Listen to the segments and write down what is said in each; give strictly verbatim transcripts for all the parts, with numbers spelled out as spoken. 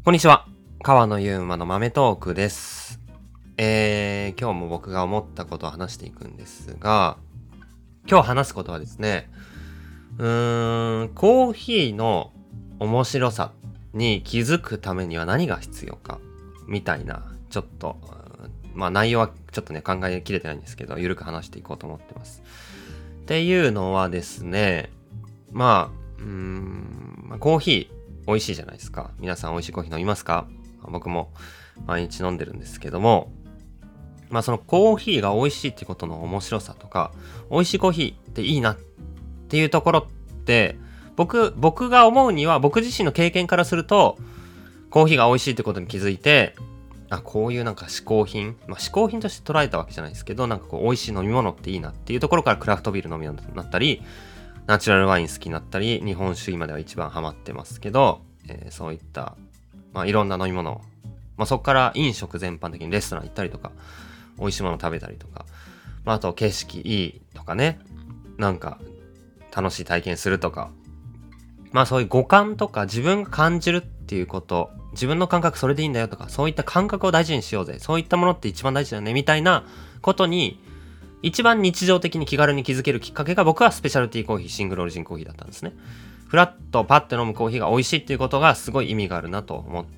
こんにちは。川野ゆうまの豆トークです。えー、今日も僕が思ったことを話していくんですが、今日話すことはですね、うーん、コーヒーの面白さに気づくためには何が必要か、みたいな、ちょっと、まあ内容はちょっとね、考えきれてないんですけど、ゆるく話していこうと思ってます。っていうのはですね、まあ、うーん、コーヒー、美味しいじゃないですか。皆さん美味しいコーヒー飲みますか？僕も毎日飲んでるんですけども、まあそのコーヒーが美味しいってことの面白さとか、美味しいコーヒーっていいなっていうところって、僕、僕が思うには、僕自身の経験からすると、コーヒーが美味しいってことに気づいて、あ、こういうなんか嗜好品、まあ嗜好品として捉えたわけじゃないですけど、なんかこう美味しい飲み物っていいなっていうところからクラフトビール飲みようになったり、ナチュラルワイン好きになったり、日本酒今では一番ハマってますけど、えー、そういった、まあいろんな飲み物を、まあそこから飲食全般的にレストラン行ったりとか、美味しいもの食べたりとか、まああと景色いいとかね、なんか楽しい体験するとか、まあそういう五感とか自分が感じるっていうこと、自分の感覚それでいいんだよとか、そういった感覚を大事にしようぜ、そういったものって一番大事だよね、みたいなことに、一番日常的に気軽に気づけるきっかけが僕はスペシャルティーコーヒー、シングルオリジンコーヒーだったんですね。フラッとパッて飲むコーヒーが美味しいっていうことがすごい意味があるなと思って、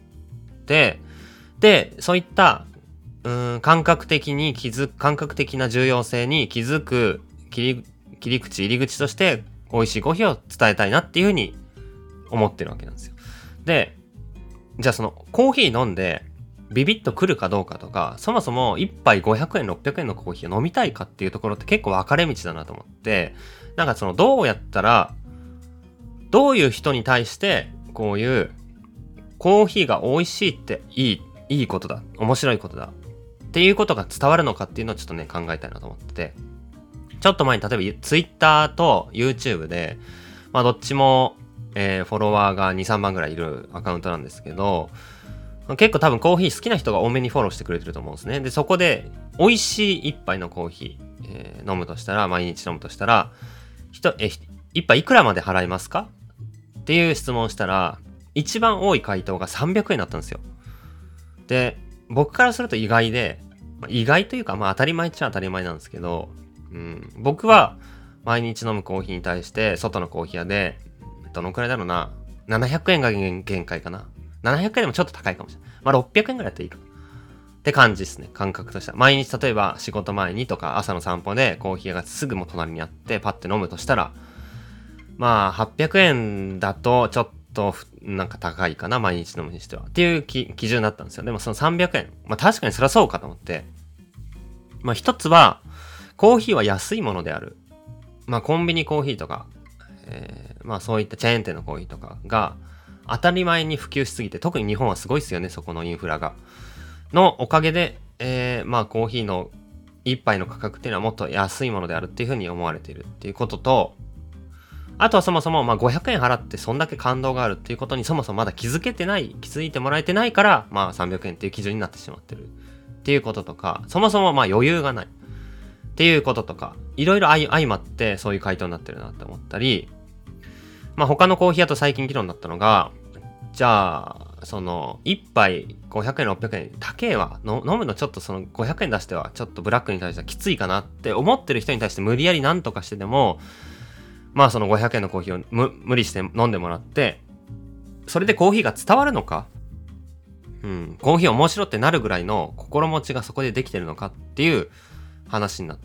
で、そういったうーん感覚的に気づく、感覚的な重要性に気づく切り、切り口、入り口として美味しいコーヒーを伝えたいなっていうふうに思ってるわけなんですよ。で、じゃあそのコーヒー飲んでビビッと来るかどうかとか、そもそも一杯ごひゃくえんろっぴゃくえんのコーヒーを飲みたいかっていうところって結構分かれ道だなと思って、なんかそのどうやったらどういう人に対してこういうコーヒーが美味しいっていいいいことだ、面白いことだっていうことが伝わるのかっていうのをちょっとね考えたいなと思ってて、ちょっと前に例えば Twitter と YouTube でまあどっちも、えー、フォロワーがにさんまんぐらいいるアカウントなんですけど、結構多分コーヒー好きな人が多めにフォローしてくれてると思うんですね。で、そこで美味しい一杯のコーヒー、えー、飲むとしたら、毎日飲むとしたら、ひえ一杯いくらまで払いますかっていう質問をしたら、一番多い回答がさんびゃくえんだったんですよ。で、僕からすると意外で、意外というか、まあ当たり前っちゃ当たり前なんですけど、うん、僕は毎日飲むコーヒーに対して、外のコーヒー屋で、どのくらいだろうな、ななひゃくえんが限界かな。ななひゃくえんでもちょっと高いかもしれない。まあろっぴゃくえんぐらいだったらいいか。って感じですね、感覚としては。毎日例えば仕事前にとか朝の散歩でコーヒー屋がすぐも隣にあってパッて飲むとしたら、まあはっぴゃくえんだとちょっとなんか高いかな、毎日飲むにしては。っていう基準だったんですよ。でもそのさんびゃくえん。まあ確かにそりゃそうかと思って。まあ一つは、コーヒーは安いものである。まあコンビニコーヒーとか、えー、まあそういったチェーン店のコーヒーとかが、当たり前に普及しすぎて、特に日本はすごいですよね、そこのインフラが。のおかげで、えー、まあコーヒーの一杯の価格っていうのはもっと安いものであるっていうふうに思われているっていうことと、あとはそもそもまあごひゃくえん払ってそんだけ感動があるっていうことにそもそもまだ気づけてない、気づいてもらえてないから、まあさんびゃくえんっていう基準になってしまってるっていうこととか、そもそもまあ余裕がないっていうこととか、いろいろ相まってそういう回答になってるなって思ったり、まあ他のコーヒー屋と最近議論になったのが、じゃあ、その、一杯ごひゃくえん、ろっぴゃくえん、高えわ。の飲むのちょっとそのごひゃくえん出しては、ちょっとブラックに対してはきついかなって思ってる人に対して無理やり何とかしてでも、まあそのごひゃくえんのコーヒーをむ無理して飲んでもらって、それでコーヒーが伝わるのか、うん、コーヒー面白ってなるぐらいの心持ちがそこでできてるのかっていう話になって、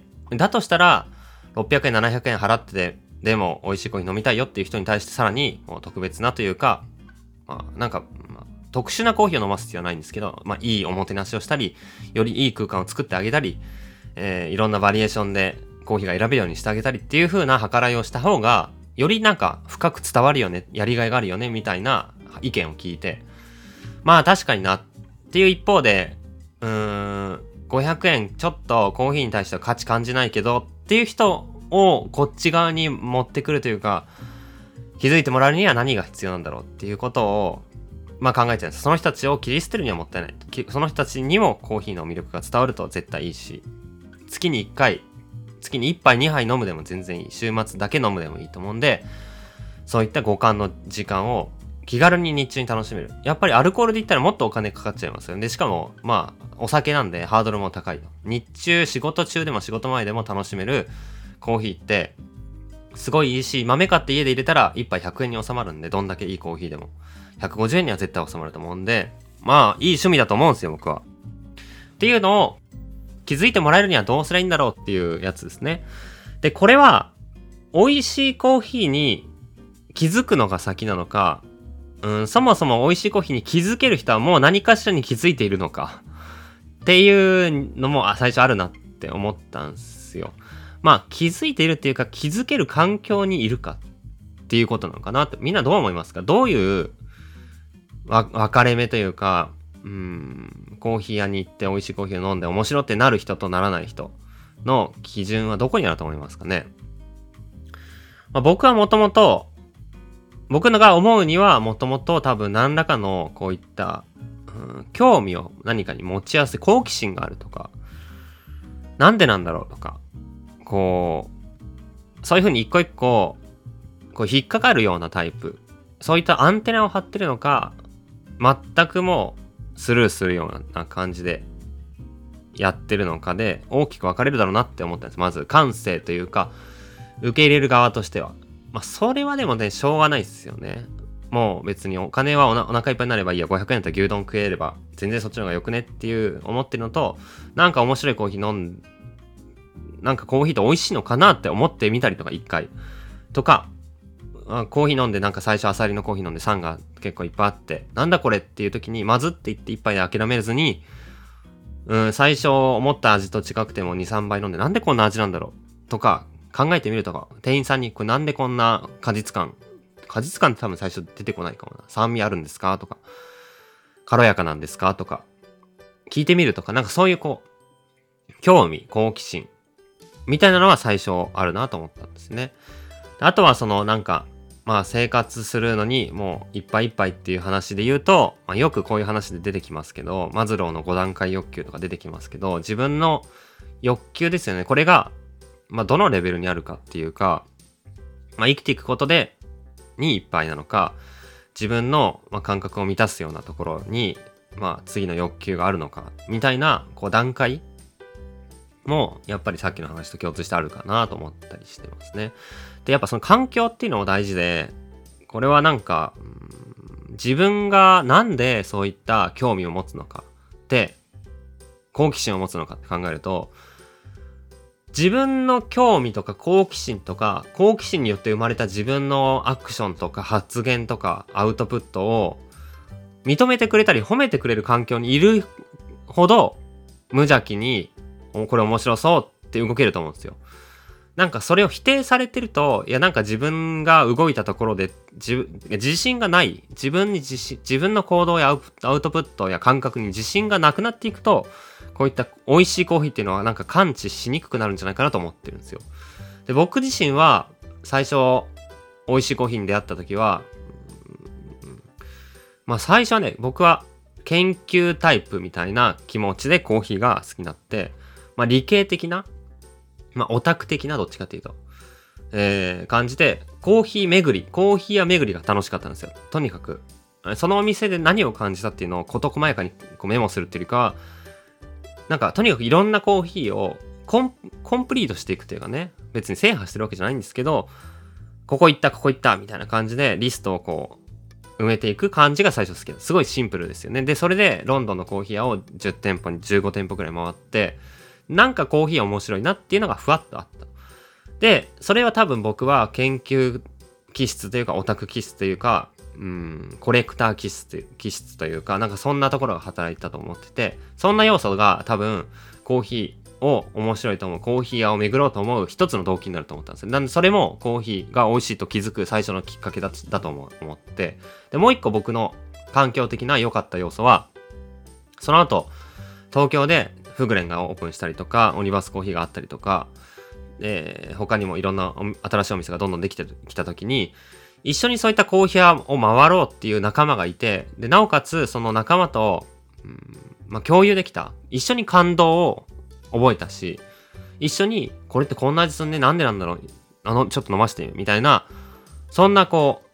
だとしたら、ろっぴゃくえん、ななひゃくえん払ってで、でも美味しいコーヒー飲みたいよっていう人に対してさらにもう特別なというか、まあ、なんか、まあ、特殊なコーヒーを飲ます必要はないんですけど、まあ、いいおもてなしをしたり、よりいい空間を作ってあげたり、えー、いろんなバリエーションでコーヒーが選べるようにしてあげたりっていう風な計らいをした方が、よりなんか深く伝わるよね、やりがいがあるよね、みたいな意見を聞いて、まあ確かになっていう一方で、うーん、ごひゃくえんちょっとコーヒーに対しては価値感じないけどっていう人をこっち側に持ってくるというか、気づいてもらうには何が必要なんだろうっていうことを、まあ考えてるんです。その人たちを切り捨てるにはもったいない。その人たちにもコーヒーの魅力が伝わると絶対いいし、月にいっかい、月にいっぱいにはい飲むでも全然いい。週末だけ飲むでもいいと思うんで、そういった五感の時間を気軽に日中に楽しめる。やっぱりアルコールで言ったらもっとお金かかっちゃいますよね。で、しかも、まあ、お酒なんでハードルも高いと。日中、仕事中でも仕事前でも楽しめるコーヒーって、すごいいいし、豆買って家で入れたらいっぱいひゃくえんに収まるんで、どんだけいいコーヒーでも。ひゃくごじゅうえんには絶対収まると思うんで、まあ、いい趣味だと思うんですよ、僕は。っていうのを気づいてもらえるにはどうすりゃいいんだろうっていうやつですね。で、これは、美味しいコーヒーに気づくのが先なのか、うん、そもそも美味しいコーヒーに気づける人はもう何かしらに気づいているのかっていうのも最初あるなって思ったんですよ。まあ気づいているっていうか気づける環境にいるかっていうことなのかなって。みんなどう思いますか？どういう分かれ目というか、うーん、コーヒー屋に行って美味しいコーヒーを飲んで面白ってなる人とならない人の基準はどこにあると思いますかね？まあ、僕はもともと僕のが思うにはもともと多分何らかのこういった、うん、興味を何かに持ちやすい好奇心があるとか、なんでなんだろうとか、こうそういう風に一個一個こう引っかかるようなタイプ、そういったアンテナを張ってるのか、全くもうスルーするような感じでやってるのかで大きく分かれるだろうなって思ったんです。まず感性というか受け入れる側としては。まあそれはでもね、しょうがないっすよね。もう別にお金はおなお腹いっぱいになればいいや、ごひゃくえんだったら牛丼食えれば全然そっちの方がよくねっていう思ってるのと、なんか面白いコーヒー飲んなんかコーヒーって美味しいのかなって思ってみたりとか一回とか、コーヒー飲んでなんか最初アサリのコーヒー飲んで酸が結構いっぱいあって、なんだこれっていう時にまずって言って一杯で諦めずに、うん、最初思った味と違くてもに、さんばい飲んでなんでこんな味なんだろうとか考えてみるとか、店員さんにこれなんでこんな果実感、果実感って多分最初出てこないかもな。酸味あるんですかとか、軽やかなんですかとか、聞いてみるとか、なんかそういうこう、興味、好奇心、みたいなのは最初あるなと思ったんですね。あとはそのなんか、まあ生活するのにもういっぱいいっぱいっていう話で言うと、まあ、よくこういう話で出てきますけど、マズローのご段階欲求とか出てきますけど、自分の欲求ですよね。これが、まあどのレベルにあるかっていうか、まあ生きていくことで、にいっぱいなのか、自分の、まあ、感覚を満たすようなところに、まあ次の欲求があるのか、みたいな、こう段階も、やっぱりさっきの話と共通してあるかなと思ったりしてますね。で、やっぱその環境っていうのも大事で、これはなんか、うん、自分がなんでそういった興味を持つのかって、好奇心を持つのかって考えると、自分の興味とか好奇心とか、好奇心によって生まれた自分のアクションとか発言とかアウトプットを認めてくれたり褒めてくれる環境にいるほど無邪気にこれ面白そうって動けると思うんですよ。なんかそれを否定されてると、いやなんか自分が動いたところで自, 自信がない、自分に自信、自分の行動やアウトプットや感覚に自信がなくなっていくと、こういった美味しいコーヒーっていうのはなんか感知しにくくなるんじゃないかなと思ってるんですよ。で、僕自身は最初美味しいコーヒーに出会った時は、まあ最初はね、僕は研究タイプみたいな気持ちでコーヒーが好きになって、まあ理系的な、まあオタク的などっちかっていうと、えー、感じで、コーヒー巡り、コーヒー屋巡りが楽しかったんですよ。とにかく。そのお店で何を感じたっていうのを事細やかにこうメモするっていうよりか、なんかとにかくいろんなコーヒーをコン、コンプリートしていくというかね、別に制覇してるわけじゃないんですけど、ここ行った、ここ行った、みたいな感じでリストをこう、埋めていく感じが最初好きだ。すごいシンプルですよね。で、それでロンドンのコーヒー屋をじゅってんぽにじゅうごてんぽくらい回って、なんかコーヒー面白いなっていうのがふわっとあった。で、それは多分僕は研究気質というかオタク気質というか、うん、コレクター気質、気質というか、なんかそんなところが働いたと思ってて、そんな要素が多分コーヒーを面白いと思う、コーヒー屋を巡ろうと思う一つの動機になると思ったんですよ。なんでそれもコーヒーが美味しいと気づく最初のきっかけだだと思って、で、もう一個僕の環境的な良かった要素は、その後、東京でフグレンがオープンしたりとか、オニバスコーヒーがあったりとか、えー、他にもいろんな新しいお店がどんどんできてきた時に、一緒にそういったコーヒー屋を回ろうっていう仲間がいて、で、なおかつその仲間と、うん、まあ、共有できた。一緒に感動を覚えたし、一緒にこれってこんな味すんね、なんでなんだろう、あの、ちょっと飲ませてみたいな、そんなこう、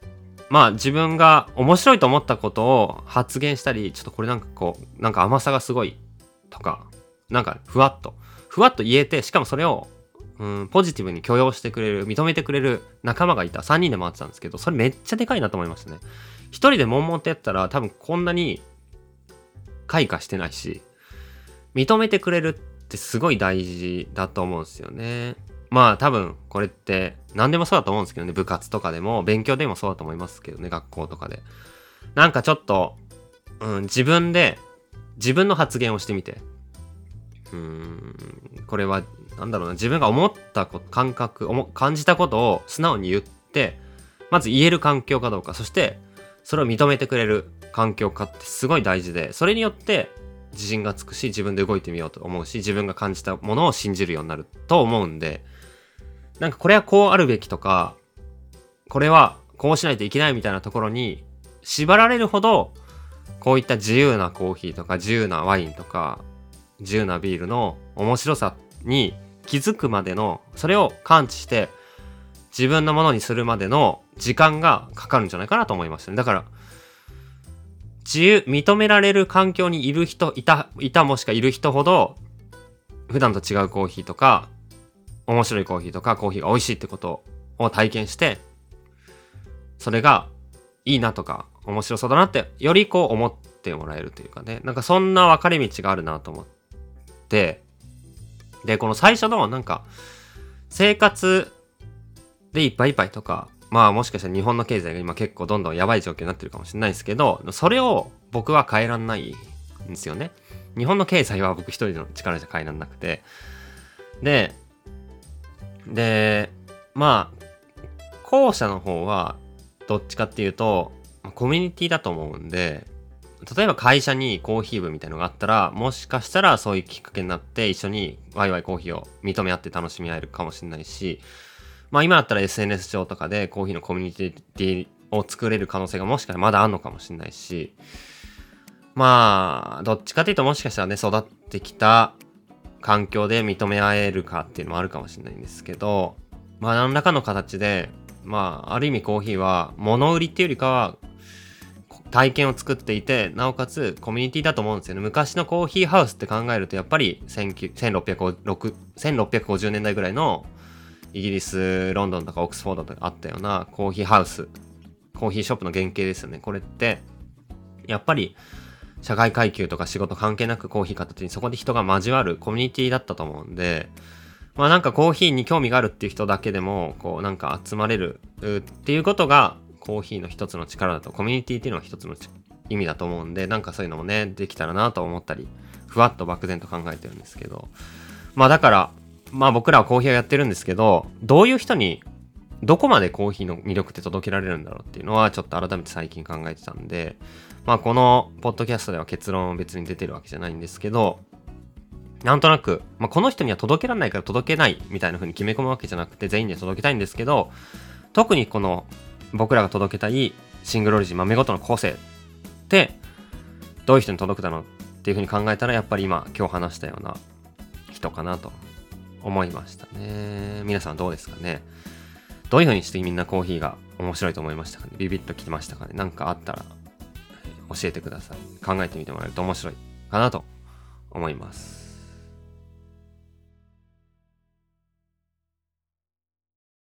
まあ自分が面白いと思ったことを発言したり、ちょっとこれなんかこう、なんか甘さがすごいとか、なんかふわっと、ふわっと言えて、しかもそれを、うん、ポジティブに許容してくれる、認めてくれる仲間がいた。さんにんで回ってたんですけど、それめっちゃでかいなと思いましたね。一人で悶々とやったら多分こんなに開花してないし、認めてくれるってすごい大事だと思うんですよね。まあ多分これって何でもそうだと思うんですけどね、部活とかでも勉強でもそうだと思いますけどね、学校とかで。なんかちょっと、うん、自分で自分の発言をしてみて、うーん、これはなんだろうな、自分が思ったこと、感覚、思感じたことを素直に言って、まず言える環境かどうか、そしてそれを認めてくれる環境かってすごい大事で、それによって自信がつくし、自分で動いてみようと思うし、自分が感じたものを信じるようになると思うんで、なんかこれはこうあるべきとか、これはこうしないといけないみたいなところに縛られるほど、こういった自由なコーヒーとか自由なワインとか自由なビールの面白さに気づくまでの、それを感知して自分のものにするまでの時間がかかるんじゃないかなと思いましたね。だから自由、認められる環境にいる人、いた、いたもしくはいる人ほど、普段と違うコーヒーとか、面白いコーヒーとか、コーヒーが美味しいってことを体験して、それがいいなとか、面白そうだなって、よりこう思ってもらえるというかね、なんかそんな分かれ道があるなと思って、で、この最初のなんか、生活でいっぱいいっぱいとか、まあもしかしたら日本の経済が今結構どんどんやばい状況になってるかもしれないですけど、それを僕は変えらんないんですよね。日本の経済は僕一人の力じゃ変えらんなくて。で、で、まあ、後者の方はどっちかっていうと、コミュニティだと思うんで、例えば会社にコーヒー部みたいのがあったら、もしかしたらそういうきっかけになって一緒にワイワイコーヒーを認め合って楽しみ合えるかもしれないし、まあ今だったら エスエヌエス 上とかでコーヒーのコミュニティを作れる可能性がもしかしたらまだあるのかもしれないし、まあ、どっちかというともしかしたらね、育ってきた環境で認め合えるかっていうのもあるかもしれないんですけど、まあ何らかの形で、まあある意味コーヒーは物売りっていうよりかは体験を作っていて、なおかつコミュニティだと思うんですよね。昔のコーヒーハウスって考えるとやっぱりせんろっぴゃくごじゅうねんだいぐらいのイギリス、ロンドンとかオックスフォードとかあったようなコーヒーハウス、コーヒーショップの原型ですよね。これって、やっぱり社会階級とか仕事関係なくコーヒー片手にそこで人が交わるコミュニティだったと思うんで、まあなんかコーヒーに興味があるっていう人だけでも、こうなんか集まれるっていうことがコーヒーの一つの力だと、コミュニティっていうのは一つの意味だと思うんで、なんかそういうのもね、できたらなと思ったり、ふわっと漠然と考えてるんですけど、まあだから、まあ僕らはコーヒーをやってるんですけど、どういう人にどこまでコーヒーの魅力って届けられるんだろうっていうのはちょっと改めて最近考えてたんで、まあこのポッドキャストでは結論別に出てるわけじゃないんですけど、なんとなく、まあ、この人には届けられないから届けないみたいな風に決め込むわけじゃなくて全員に届けたいんですけど、特にこの僕らが届けたいシングルオリジン豆ごとの個性ってどういう人に届くだろうっていう風に考えたら、やっぱり今今日話したような人かなと思いましたね。皆さんどうですかね。どういう風にしてみんなコーヒーが面白いと思いましたかね。ビビッときてましたかね。なんかあったら教えてください。考えてみてもらえると面白いかなと思います。